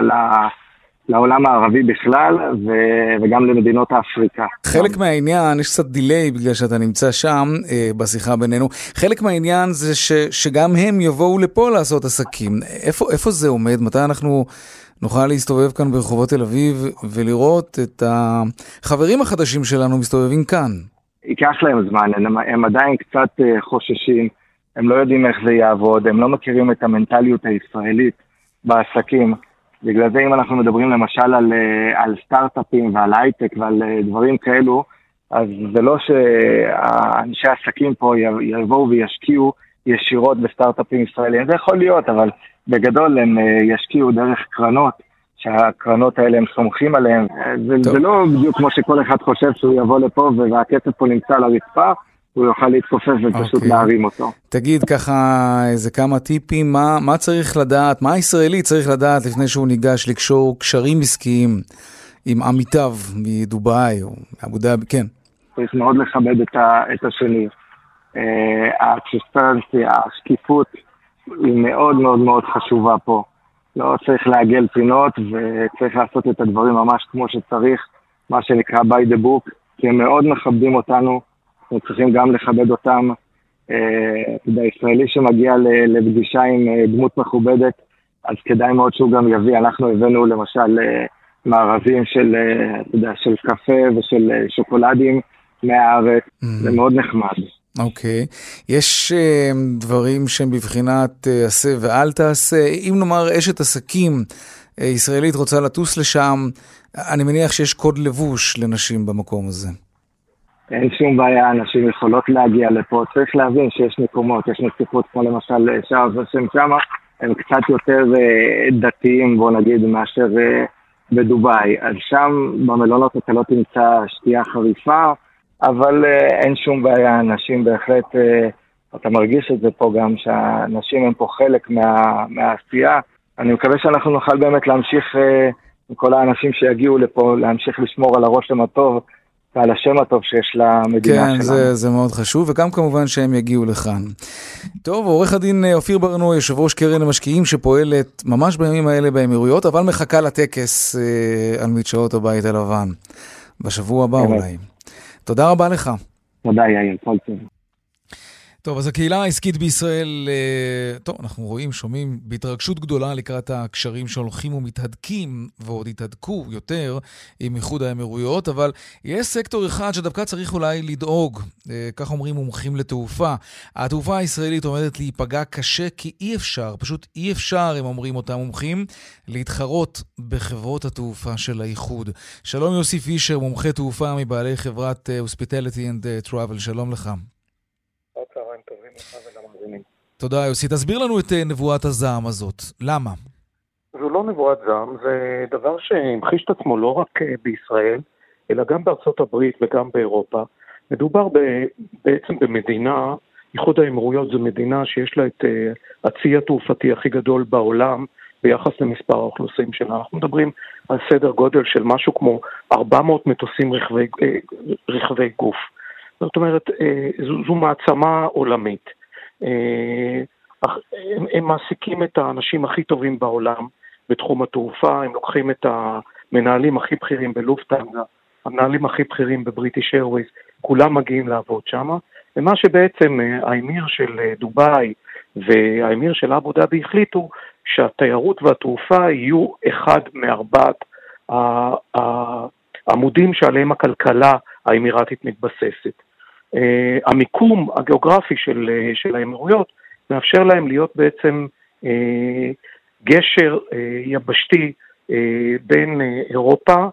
לעולם הערבי בכלל, וגם למדינות אפריקה. חלק מהעניין, יש קצת דיליי בגלל שאתה נמצא שם, בשיחה בינינו, חלק מהעניין זה שגם הם יבואו לפה לעשות עסקים. איפה זה עומד? מתי אנחנו נוכל להסתובב כאן ברחובות תל אביב, ולראות את החברים החדשים שלנו מסתובבים כאן? ייקח להם זמן, הם עדיין קצת חוששים, הם לא יודעים איך זה יעבוד, הם לא מכירים את המנטליות הישראלית בעסקים. בגלל זה אם אנחנו מדברים למשל על סטארט-אפים ועל הייטק ועל דברים כאלו, אז זה לא שאנשי העסקים פה יבואו וישקיעו ישירות בסטארט-אפים ישראלים. זה יכול להיות, אבל בגדול הם ישקיעו דרך קרנות, שהקרנות האלה הם סומכים עליהם. זה לא בדיוק כמו שכל אחד חושב שהוא יבוא לפה והכסף פה נמצא על הרצפה, הוא יוכל להתכופף ופשוט להרים אותו. תגיד ככה איזה כמה טיפים, מה צריך לדעת, מה הישראלי צריך לדעת לפני שהוא ניגש לקשור קשרים עסקיים עם עמיתיו מדובאי או אבו דאבי, כן. צריך מאוד לכבד את השני. הטרנספרנסי, השקיפות היא מאוד מאוד מאוד חשובה פה. לא צריך לעגל פינות וצריך לעשות את הדברים ממש כמו שצריך, מה שנקרא by the book, כי הם מאוד מכבדים אותנו, אנחנו צריכים גם לכבד אותם. ישראלי שמגיע לפגישה עם דמות מכובדת, אז כדאי מאוד שהוא גם יביא. אנחנו הבאנו למשל מערבים של קפה ושל שוקולדים מהארץ, זה מאוד נחמד. אוקיי. יש דברים שהם בבחינת עשה ואל תעשה. אם נאמר אשת עסקים ישראלית רוצה לטוס לשם, אני מניח שיש קוד לבוש לנשים במקום הזה. אין שום בעיה, אנשים יכולות להגיע לפה. צריך להבין שיש מקומות, יש נציפות כמו למשל שער ושם שמה, הם קצת יותר דתיים, בוא נגיד, מאשר בדובאי. אז שם במלונות אתה לא תמצא שתייה חריפה, אבל אין שום בעיה, אנשים בהחלט, אתה מרגיש את זה פה גם, שהאנשים הם פה חלק מהעשייה. אני מקווה שאנחנו נוכל באמת להמשיך, עם כל האנשים שיגיעו לפה, להמשיך לשמור על הרושם הטוב, ועל השם הטוב שיש למדינה שלנו. כן, זה מאוד חשוב, וגם כמובן שהם יגיעו לכאן. טוב, עורך הדין אופיר ברנועי, יושב ראש קרן המשקיעים שפועלת ממש בימים האלה באמירויות, אבל מחכה לטקס על מדשאות הבית הלבן. בשבוע הבא אולי. תודה רבה לך. תודה יאיר, כל טוב. טוב, אז הקהילה העסקית בישראל, טוב, אנחנו רואים, שומעים בהתרגשות גדולה לקראת הקשרים שהולכים ומתהדקים, ועוד יתהדקו יותר עם איחוד האמירויות, אבל יש סקטור אחד שדווקא צריך אולי לדאוג, כך אומרים מומחים לתעופה. התעופה הישראלית עומדת להיפגע קשה, כי אי אפשר, פשוט אי אפשר, הם אומרים אותם מומחים, להתחרות בחברות התעופה של האיחוד. שלום יוסי פישר, מומחה תעופה מבעלי חברת Hospitality and Travel, שלום לך. תודה יוסי, תסביר לנו את נבואת הזעם הזאת, למה? זו לא נבואת זעם, זה דבר שהמחיש את עצמו לא רק בישראל, אלא גם בארצות הברית וגם באירופה. מדובר בעצם במדינה, איחוד האמירויות זו מדינה שיש לה את הצי התעופתי הכי גדול בעולם ביחס למספר האוכלוסין שלה. אנחנו מדברים על סדר גודל של משהו כמו 400 מטוסים רכבי גוף. זאת אומרת, זו מעצמה עולמית. הם מעסיקים את האנשים הכי טובים בעולם בתחום התעופה, הם לוקחים את המנהלים הכי בכירים בלופטהנזה, המנהלים הכי בכירים בבריטיש איירווייז, כולם מגיעים לעבוד שם, ומה שבעצם האמיר של דובאי והאמיר של אבו דאבי החליטו שהתיירות והתעופה יהיו אחד מארבעת העמודים שעליהם הכלכלה האמירתית מתבססת. המיקום הגיאוגרפי של האמירויות מאפשר להם להיות בעצם גשר יבשתי בין אירופה,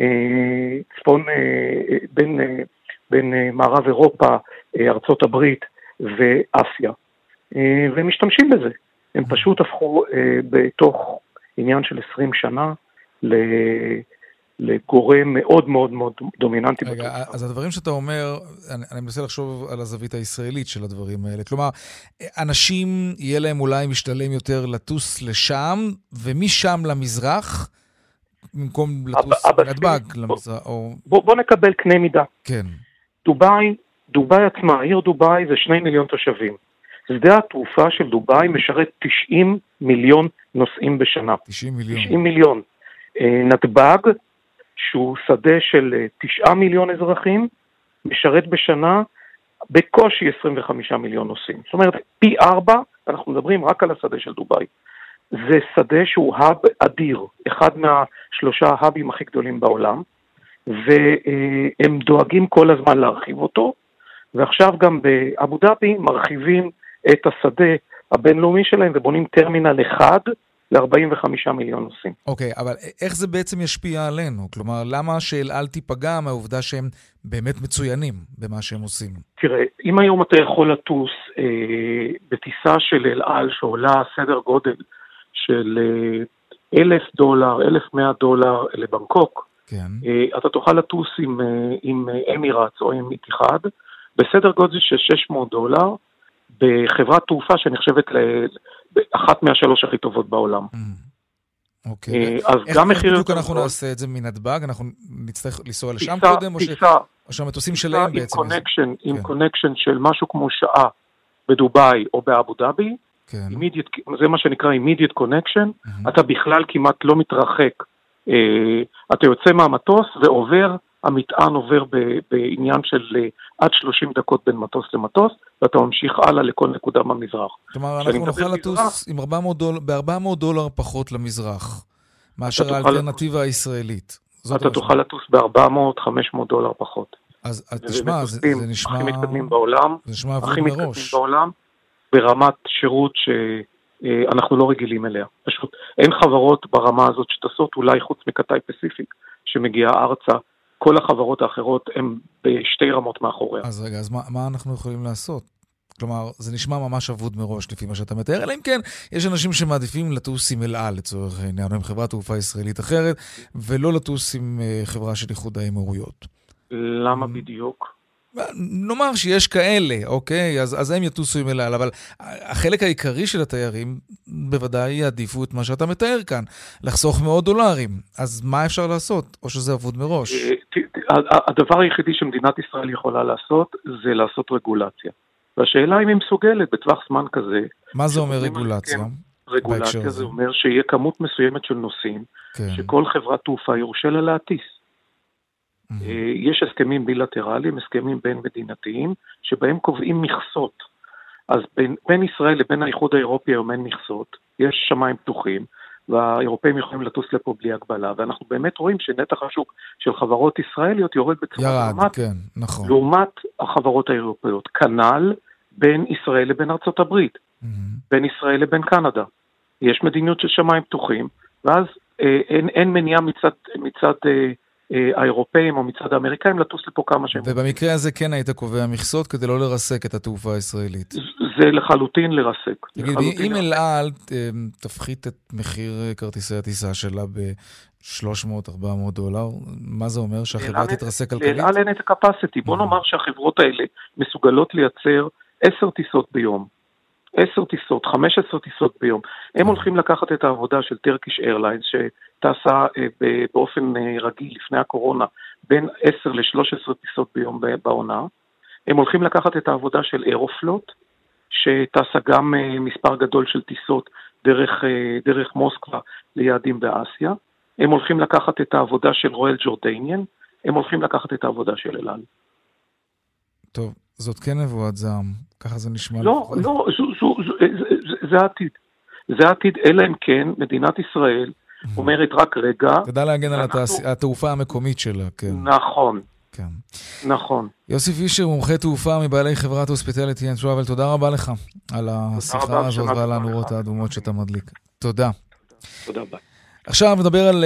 בין מערב אירופה, ארצות הברית ואסיה. והם משתמשים בזה. הם פשוט הפכו בתוך עניין של 20 שנה לגורם מאוד מאוד מאוד דומיננטי. רגע, אז הדברים שאתה אומר, אני מנסה לחשוב על הזווית הישראלית של הדברים האלה. כלומר, אנשים יהיה להם אולי משתלם יותר לטוס לשם, ומשם למזרח, במקום לטוס בנתב"ג למזרח. בוא נקבל קנה מידה. כן. דובאי עצמה, העיר דובאי זה 2 מיליון תושבים. שדה התעופה של דובאי משרת 90 מיליון נוסעים בשנה. 90 מיליון. 90 מיליון. נתב"ג, שהוא שדה של 9 מיליון אזרחים, משרת בשנה בקושי 25 מיליון נוסעים. זאת אומרת, פי 4, אנחנו מדברים רק על השדה של דובאי. זה שדה שהוא האב אדיר, אחד מה3 ההאבים הכי גדולים בעולם, והם דואגים כל הזמן להרחיב אותו, ועכשיו גם באבו דאבי מרחיבים את השדה הבינלאומי שלהם ובונים טרמינל אחד ל-45 מיליון נוסעים. אוקיי, אבל איך זה בעצם ישפיע עלינו? כלומר, למה שאל על תיפגע מהעובדה שהם באמת מצוינים במה שהם עושים? תראה, אם היום אתה יכול לטוס בטיסה של אל על שעולה סדר גודל של $1,000, $1,100 לבנקוק, כן. אתה תוכל לטוס עם אמירטס או עם איתיחד, בסדר גודל של $600, בחברת תעופה שנחשבת אחת מה3 הכי טובות בעולם. אוקיי. איך בדיוק אנחנו נעשה את זה מנתב"ג? אנחנו נצטרך לנסוע לשם קודם? או שהמטוסים שלהם בעצם? עם קונקשן של משהו כמו שעה בדובאי או באבו דאבי, זה מה שנקרא immediate connection, אתה בכלל כמעט לא מתרחק. אתה יוצא מהמטוס ועובר, המטען עובר בעניין של עד 30 דקות בין מטוס למטוס, ואתה ממשיך הלאה לכל נקודה במזרח. כלומר, אנחנו נוכל לטוס עם $400 פחות למזרח, מאשר האלטרנטיבה הישראלית. אתה תוכל לטוס $400-500 פחות. אז תשמע, זה נשמע... הכי מתקדמים בעולם, הכי מתקדמים בעולם, ברמת שירות שאנחנו לא רגילים אליה. פשוט אין חברות ברמה הזאת שטסות, אולי חוץ מקטאי פסיפיק, שמגיעה ארצה, כל החברות האחרות הן בשתי רמות מאחוריה. אז רגע, אז מה אנחנו יכולים לעשות? כלומר, זה נשמע ממש אבוד מראש לפי מה שאתה מתאר, אלא אם כן, יש אנשים שמעדיפים לטוס עם אל על, לצורך העניין, עם חברת תעופה ישראלית אחרת, ולא לטוס עם חברה של איחוד האמירויות. למה בדיוק? נאמר שיש כאלה, אוקיי? אז הם יטוסו עם אל על, אבל החלק העיקרי של התיירים בוודאי יעדיפו את מה שאתה מתאר כאן, לחסוך $100. אז מה אפשר לעשות? או שזה אבוד מראש? הדבר היחידי שמדינת ישראל יכולה לעשות, זה לעשות רגולציה. והשאלה אם היא מסוגלת בטווח זמן כזה. מה זה אומר רגולציה? רגולציה זה אומר שיהיה כמות מסוימת של נוסעים, שכל חברת תעופה יורשה לה להטיס. יש הסכמים בילטרליים, הסכמים בין מדינתיים, שבהם קובעים מכסות. אז בין ישראל לבין האיחוד האירופי היום אין מכסות, יש שמיים פתוחים, והאירופאים יכולים לטוס לפה בלי הגבלה, ואנחנו באמת רואים שנתח השוק של חברות ישראליות יורד בצורה דרמטית, לעומת החברות האירופאיות. כנ"ל בין ישראל לבין ארצות הברית, בין ישראל לבין קנדה. יש מדיניות של שמיים פתוחים, ואז אין מניעה מצד האירופאים או מצד האמריקאים לטוס לפה כמה שהם. ובמקרה הזה כן היית קובע מכסות כדי לא לרסק את התעופה הישראלית. זה לחלוטין לרסק. תגיד, אם אל על תפחית את מחיר כרטיסי הטיסה שלה $300-400, מה זה אומר? שהחברה תתרסק כלכלית? לאל על אין את הקפסיטי. בוא נאמר שהחברות האלה מסוגלות לייצר 10 טיסות ביום. 10 טיסות, 15 טיסות ביום. הם הולכים לקחת את העבודה של טרקיש איירליינס, שטסה באופן רגיל לפני הקורונה, בין 10 ל-13 טיסות ביום בעונה. הם הולכים לקחת את העבודה של אירופלוט, שטסה גם מספר גדול של טיסות דרך מוסקבה ליעדים באסיה. הם הולכים לקחת את העבודה של רויאל ג'ורדניאן, הם הולכים לקחת את העבודה של אל על. טוב, זאת כן נבואת זעם, ככה זה נשמע. לא, זה העתיד. זה העתיד, אלא אם כן מדינת ישראל אומרת רק רגע. כדאי להגן על התעופה המקומית שלה, כן. נכון. כן. נכון. יוסי פישר, מומחה תעופה מבעלי חברת הוספיטליטי אנד טראבל, תודה רבה לך על השיחה הזאת ועל הנורות האדומות שאתה מדליק. תודה. תודה רבה. עכשיו נדבר על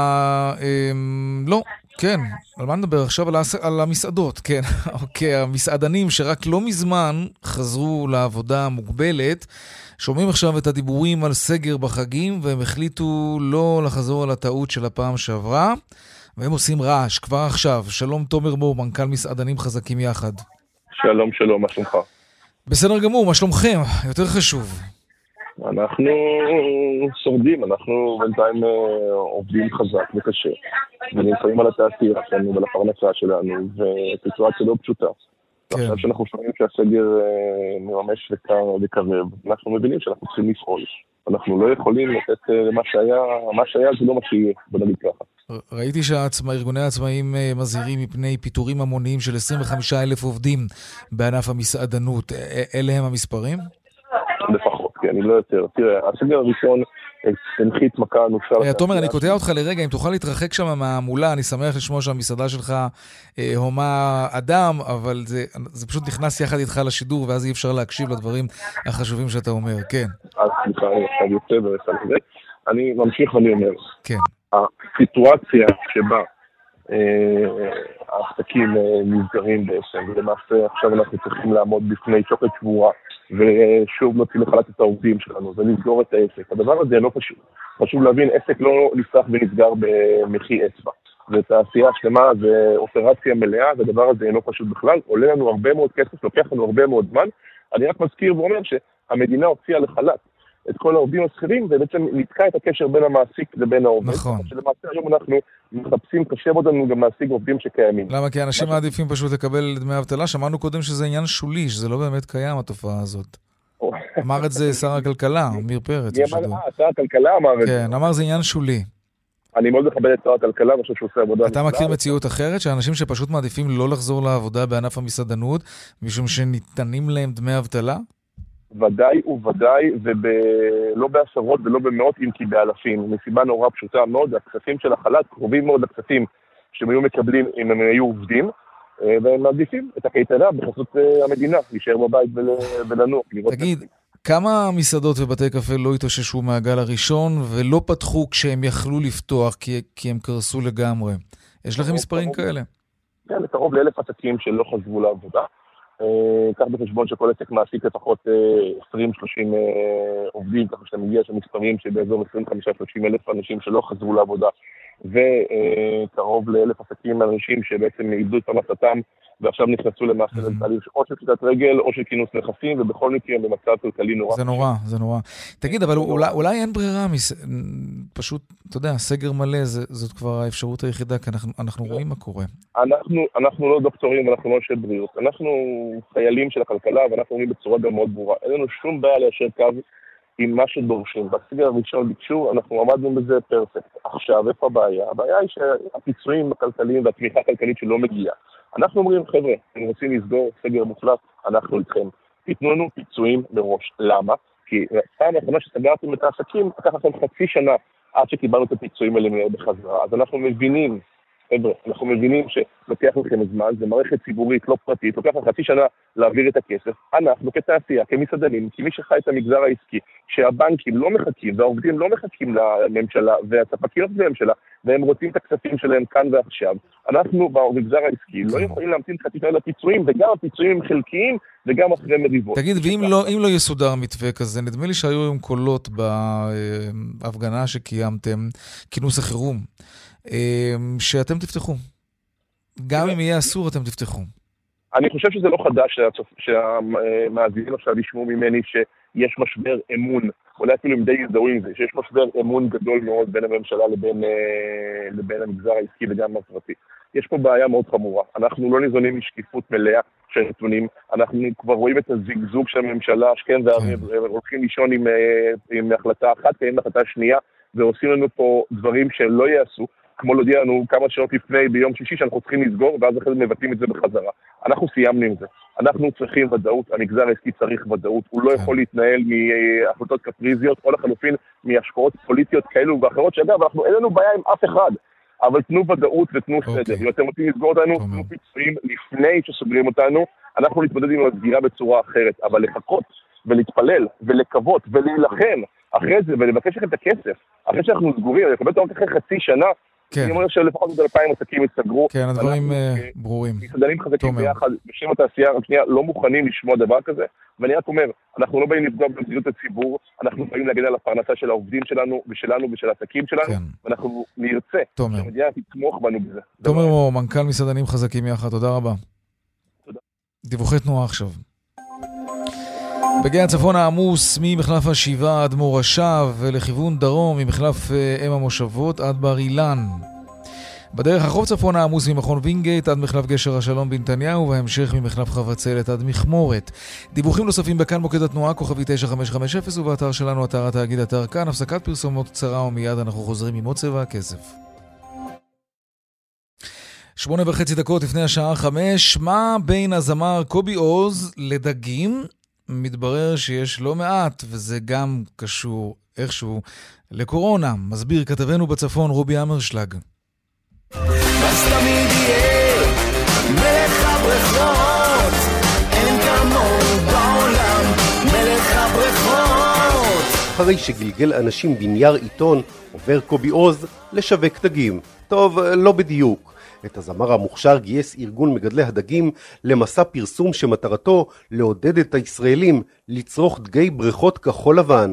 לא, כן, על מה נדבר עכשיו? על המסעדות, כן. אוקיי, המסעדנים שרק לא מזמן חזרו לעבודה מוגבלת, שומעים עכשיו את הדיבורים על סגר בחגים, והם החליטו לא לחזור על הטעות של הפעם שעברה, והם עושים רעש כבר עכשיו. שלום תומר מור, מנכ"ל מסעדנים חזקים יחד. שלום, שלום, מה שלומך? בסדר גמור, מה שלומכם? יותר חשוב. אנחנו שורדים, אנחנו בינתיים עובדים חזק וקשה, ונלחמים על התעשייה שלנו ועל הפרנסה שלנו, וסיטואציה לא פשוטה. עכשיו שאנחנו שומעים שהסגר מממש וקרב, אנחנו מבינים שאנחנו צריכים לפעול. אנחנו לא יכולים לתת מה שהיה זה לא מה שיהיה, בוא נגיד ככה. ראיתי שארגוני העצמאים מזהירים מפני פיטורים המוניים של 25,000 עובדים בענף המסעדנות. אלה הם המספרים? לפחות, כי אני לא יותר. תראה, הסגר הראשון הנחית מכה אנושה. תומר, אני קוטע אותך לרגע, אם תוכל להתרחק שם מהמולה, אני שמח לשמוע שהמסעדה שלך הומה אדם, אבל זה פשוט נכנס יחד איתך לשידור, ואז אי אפשר להקשיב לדברים החשובים שאתה אומר, כן. אז סליחה, אני יוצא ורסה לזה. אני ממשיך ואני אומר. כן. הסיטואציה שבה העסקים נסגרים בעצם, ולמעשה עכשיו אנחנו צריכים לעמוד בפני שוקת שבורה, ושוב נוציא לחל"ת את העובדים שלנו, ולסגור את העסק. הדבר הזה לא פשוט. חשוב להבין, עסק לא נפתח ונסגר במחי אצבע. זה תעשייה שלמה, זה אופרציה מלאה, והדבר הזה אינו פשוט בכלל. עולה לנו הרבה מאוד כסף, לוקח לנו הרבה מאוד זמן. אני רק מזכיר ואומר שהמדינה הוציאה לחל"ת את כל העובדים השכירים, ובעצם נתקע את הקשר בין המעסיק לבין העובד. נכון. שלמעשה היום אנחנו מחפשים קשה מאוד לנו גם להשיג עובדים שקיימים. למה? כי אנשים מעדיפים פשוט לקבל דמי אבטלה. שמענו קודם שזה עניין שולי, שזה לא באמת קיים התופעה הזאת. אמר את זה שר הכלכלה, אמיר פרץ. שר הכלכלה אמר את זה. כן, אמר זה עניין שולי. אני מאוד מכבד את שר הכלכלה, אני חושב שהוא עושה עבודה. אתה מכיר מציאות אחרת, שאנשים שפשוט מעדיפים לא לחזור לעבודה בענף המסעדנות, משום שניתנים להם דמי אבטלה? ודאי וודאי, ולא בעשרות ולא במאות, אם כי באלפים. מסיבה נורא פשוטה מאוד, הכספים של החל"ת קרובים מאוד לכספים שהם היו מקבלים אם הם היו עובדים, והם מעדיפים את הקייטנה בחסות המדינה, להישאר בבית ולנוח. תגיד, כמה מסעדות ובתי קפה לא התאוששו מהגל הראשון ולא פתחו כשהם יכלו לפתוח כי הם קרסו לגמרי? יש לכם מספרים כאלה? כן, קרוב ל1,000 עסקים שלא חזרו לעבודה. כך בחשבון שכל עסק מעסיק לפחות 20-30 עובדים, ככה שאתה מגיע של מספרים שבאזור 25-30 אלף אנשים שלא חזרו לעבודה, וקרוב ל1,000 עסקים אנשים שבעצם איבדו את פרנסתם, ועכשיו נכנסו למעשה לתהליך או של פשיטת רגל או של כינוס נכסים, ובכל מקרה הם במצב כלכלי נורא. זה נורא, זה נורא. תגיד, אבל אולי אין ברירה, פשוט, אתה יודע, סגר מלא, זאת כבר האפשרות היחידה, כי אנחנו רואים מה קורה. אנחנו לא דוקטורים, אנחנו לא אנשי בריאות. אנחנו חיילים של הכלכלה, ואנחנו אומרים בצורה גם מאוד ברורה. אין לנו שום בעיה ליישר קו עם מה שדורשים. בסגר הראשון ביקשו, אנחנו עמדנו בזה פרפקט. עכשיו, איפה הבעיה? הבעיה היא שהפיצויים הכלכליים והתמיכה הכלכלית שלא מגיעה. אנחנו אומרים, חבר'ה, אם רוצים לסגור סגר מוחלט, אנחנו איתכם. תיתנו לנו פיצויים מראש. למה? כי פעם האחרונה שסגרתם את העסקים, לקח לכם חצי שנה עד שקיבלנו את הפיצויים האלה בחזרה. אז אנחנו מבינים, חבר'ה, אנחנו מבינים שלוקח לכם זמן, זה מערכת ציבורית, לא פרטית, לוקח לכם חצי שנה להעביר את הכסף. אנחנו כתעשייה, כמסעדנים, כמי שחי את המגזר העסקי, שהבנקים לא מחכים, והעובדים לא מחכים לממשלה, והספקים לממשלה, והם רוצים את הכספים שלהם כאן ועכשיו. אנחנו במגזר העסקי לא יכולים להמתין חצי שנה לפיצויים, וגם הפיצויים הם חלקיים, וגם אחרי מריבות. תגיד, ואם לא יסודר מתווה כזה, נדמה לי שהיו היום קולות בהפגנה שקיימתם, כינוס החירום, שאתם תפתחו. גם אם יהיה אסור, אתם תפתחו. אני חושב שזה לא חדש שהמאזינים עכשיו ישמעו ממני שיש משבר אמון, אולי אפילו הם די יזדהו עם זה, שיש משבר אמון גדול מאוד בין הממשלה לבין המגזר העסקי וגם הפרטי. יש פה בעיה מאוד חמורה. אנחנו לא ניזונים משקיפות מלאה של נתונים, אנחנו כבר רואים את הזיגזוג של הממשלה, שכן והולכים לישון עם החלטה אחת, עם החלטה שנייה, ועושים לנו פה דברים שלא יעשו. כמו להודיע לנו כמה שעות לפני ביום שישי שאנחנו צריכים לסגור, ואז אחרי זה מבטאים את זה בחזרה. אנחנו סיימנו עם זה. אנחנו צריכים ודאות, המגזר העסקי צריך ודאות, הוא לא יכול להתנהל מהחלטות קפריזיות, או לחלופין מהשקעות פוליטיות כאלו ואחרות, שאגב, אין לנו בעיה עם אף אחד, אבל תנו ודאות ותנו סדר. אם אתם רוצים לסגור אותנו, תנו פיצויים לפני שסוגרים אותנו, אנחנו נתמודד עם הסגירה בצורה אחרת, אבל לחכות ולהתפלל ולקוות ולהילחם אחרי זה ולבקש לכם את הכסף, אחרי שאנחנו סגורים, אני מקבל רק אחרי חצי שנה, אני אומר שלפחות עוד 2,000 עסקים יסגרו. כן, הדברים ברורים. מסעדנים חזקים ביחד, בשם התעשייה, השנייה, לא מוכנים לשמוע דבר כזה, ואני רק אומר, אנחנו לא באים לפגוע במדיניות הציבור, אנחנו באים להגן על הפרנסה של העובדים שלנו ושלנו ושל העסקים שלנו, ואנחנו נרצה שהמדינה תתמוך בנו בזה. תומר מור, מנכ"ל מסעדנים חזקים יחד, תודה רבה. תודה. דיווחי תנועה עכשיו. בגיא הצפון העמוס ממחלף השבעה עד מורשיו ולכיוון דרום ממחלף אם המושבות עד בר אילן. בדרך החוף צפון העמוס ממכון וינגייט עד מחלף גשר השלום בנתניהו ובהמשך ממחלף חבצלת עד מכמורת. דיווחים נוספים בכאן מוקד התנועה כוכבי 9550 ובאתר שלנו אתר התאגיד אתר כאן. הפסקת פרסומות קצרה ומיד אנחנו חוזרים עם עוד צבע הכסף. 8:30 לפני השעה 5. מה בין הזמר קובי עוז לדגים? מתברר שיש לא מעט, וזה גם קשור איכשהו לקורונה. מסביר כתבנו בצפון רובי אמרשלג. אז תמיד יהיה מלך הבריכות, אין כמוהו בעולם, מלך הבריכות. אחרי שגלגל אנשים בנייר עיתון, עובר קובי עוז לשווק דגים. טוב, לא בדיוק. את הזמר המוכשר גייס ארגון מגדלי הדגים למסע פרסום שמטרתו לעודד את הישראלים לצרוך דגי בריכות כחול לבן.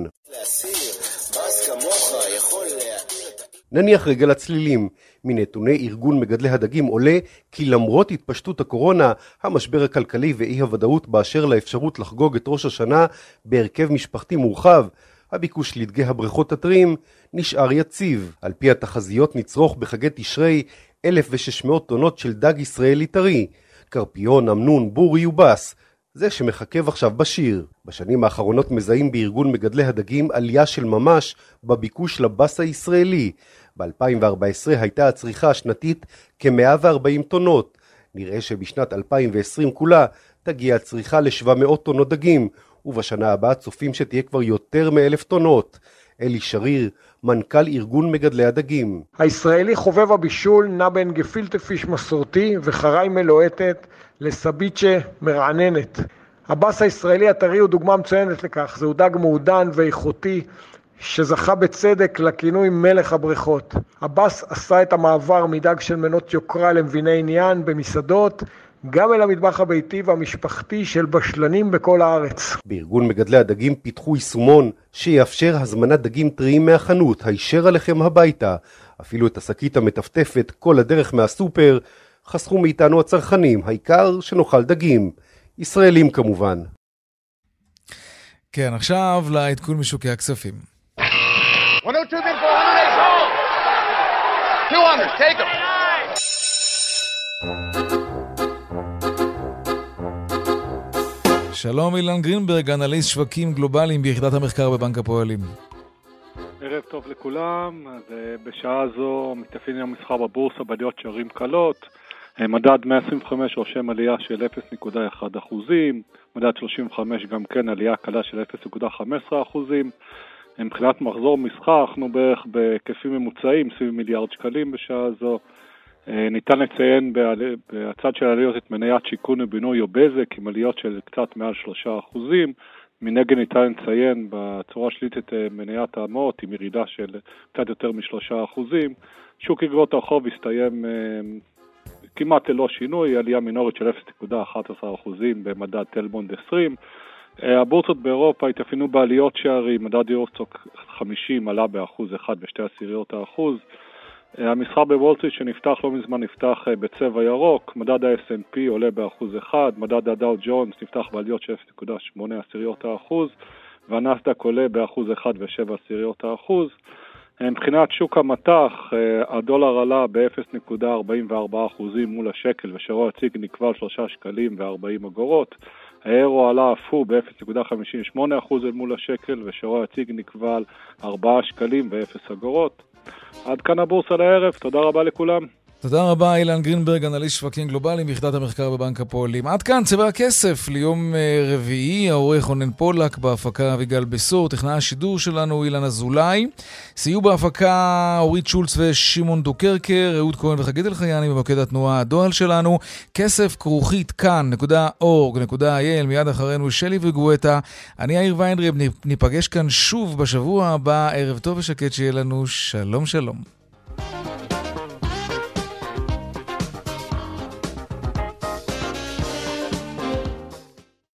נניח רגע לצלילים. מנתוני ארגון מגדלי הדגים עולה כי למרות התפשטות הקורונה, המשבר הכלכלי ואי הוודאות באשר לאפשרות לחגוג את ראש השנה בהרכב משפחתי מורחב, הביקוש לדגי הבריכות הטריים נשאר יציב. על פי התחזיות נצרוך בחגי תשרי 1,600 טונות של דג ישראלי טרי, קרפיון, אמנון, בורי יובס, זה שמחכב עכשיו בשיר. בשנים האחרונות מזהים בארגון מגדלי הדגים עלייה של ממש בביקוש לבס הישראלי. ב-2014 הייתה הצריכה השנתית כ-140 טונות. נראה שבשנת 2020 כולה תגיע הצריכה ל-700 טונות דגים, ובשנה הבאה צופים שתהיה כבר יותר מ1,000 טונות. אלי שריר, מנכ"ל ארגון מגדלי הדגים. הישראלי חובב הבישול נע בין גפילטה פיש מסורתי וחראי מלואטת לסביצ'ה מרעננת. הבס הישראלי הטרי הוא דוגמה מצוינת לכך. זהו דג מעודן ואיכותי שזכה בצדק לכינוי מלך הבריכות. הבס עשה את המעבר מדג של מנות יוקרה למביני עניין במסעדות, גם אל המטבח הביתי והמשפחתי של בשלנים בכל הארץ. בארגון מגדלי הדגים פיתחו יישומון שיאפשר הזמנת דגים טריים מהחנות, הישר עליכם הביתה. אפילו את השקית המטפטפת כל הדרך מהסופר חסכו מאיתנו הצרכנים, העיקר שנאכל דגים. ישראלים כמובן. כן, עכשיו לעדכון משוקי הכספים. 102 bid for 100, 200, take them. שלום אילן גרינברג, אנליסט שווקים גלובליים ביחידת המחקר בבנק הפועלים. ערב טוב לכולם. אז בשעה זו מתאפיין המסחר בבורסה בעליות שערים קלות. מדד 125 רושם עלייה של 0.1%, מדד 35 גם כן עלייה קלה של 0.15%. מבחינת מחזור מסחר אנחנו בערך בהיקפים ממוצעים סביב מיליארד שקלים בשעה זו. ניתן לציין בצד של העליות את מניית שיכון ובינוי או בזק עם עליות של קצת מעל 3%. מנגד ניתן לציין בצורה שלילית את מניית העמות עם ירידה של קצת יותר מ3%. שוק אגרות החוב הסתיים כמעט ללא שינוי, עלייה מינורית של 0.11% במדד טלבונד 20. הבורסות באירופה התאפיינו בעליות שערים, מדד יורוסטוק 50 עלה ב1% ב0.2%. המסחר בוול סטריט שנפתח לא מזמן נפתח בצבע ירוק, מדד ה-S&P עולה ב1%, מדד הדאו ג'ונס נפתח בעליות של 0.8%, והנסדק עולה ב1% ו7%. מבחינת שוק המטח, הדולר עלה ב0.44% מול השקל ושירו הציג נקבע 3 שקלים ו40 אגורות. האירו עלה אף הוא ב0.58% מול השקל ושירו הציג נקבע 4 שקלים ו0 אגורות. עד כאן הבורסה לערב, תודה רבה לכולם. תודה רבה, אילן גרינברג, אנליסט שווקים גלובליים ביחידת המחקר בבנק הפועלים. עד כאן צבע הכסף ליום רביעי, העורך רונן פולק, בהפקה אביגל בסור, טכנאי השידור שלנו אילן אזולאי, סייעו בהפקה אורית שולץ ושמעון דוקרקר, אהוד כהן וחגית אלחייני במוקד התנועה. הדואל שלנו כסף@כאן.org.il. מיד אחרינו שלי וגואטה. אני יאיר ויינרב, ניפגש כאן שוב בשבוע הבא. ערב טוב ושקט שיהיה לנו. שלום שלום.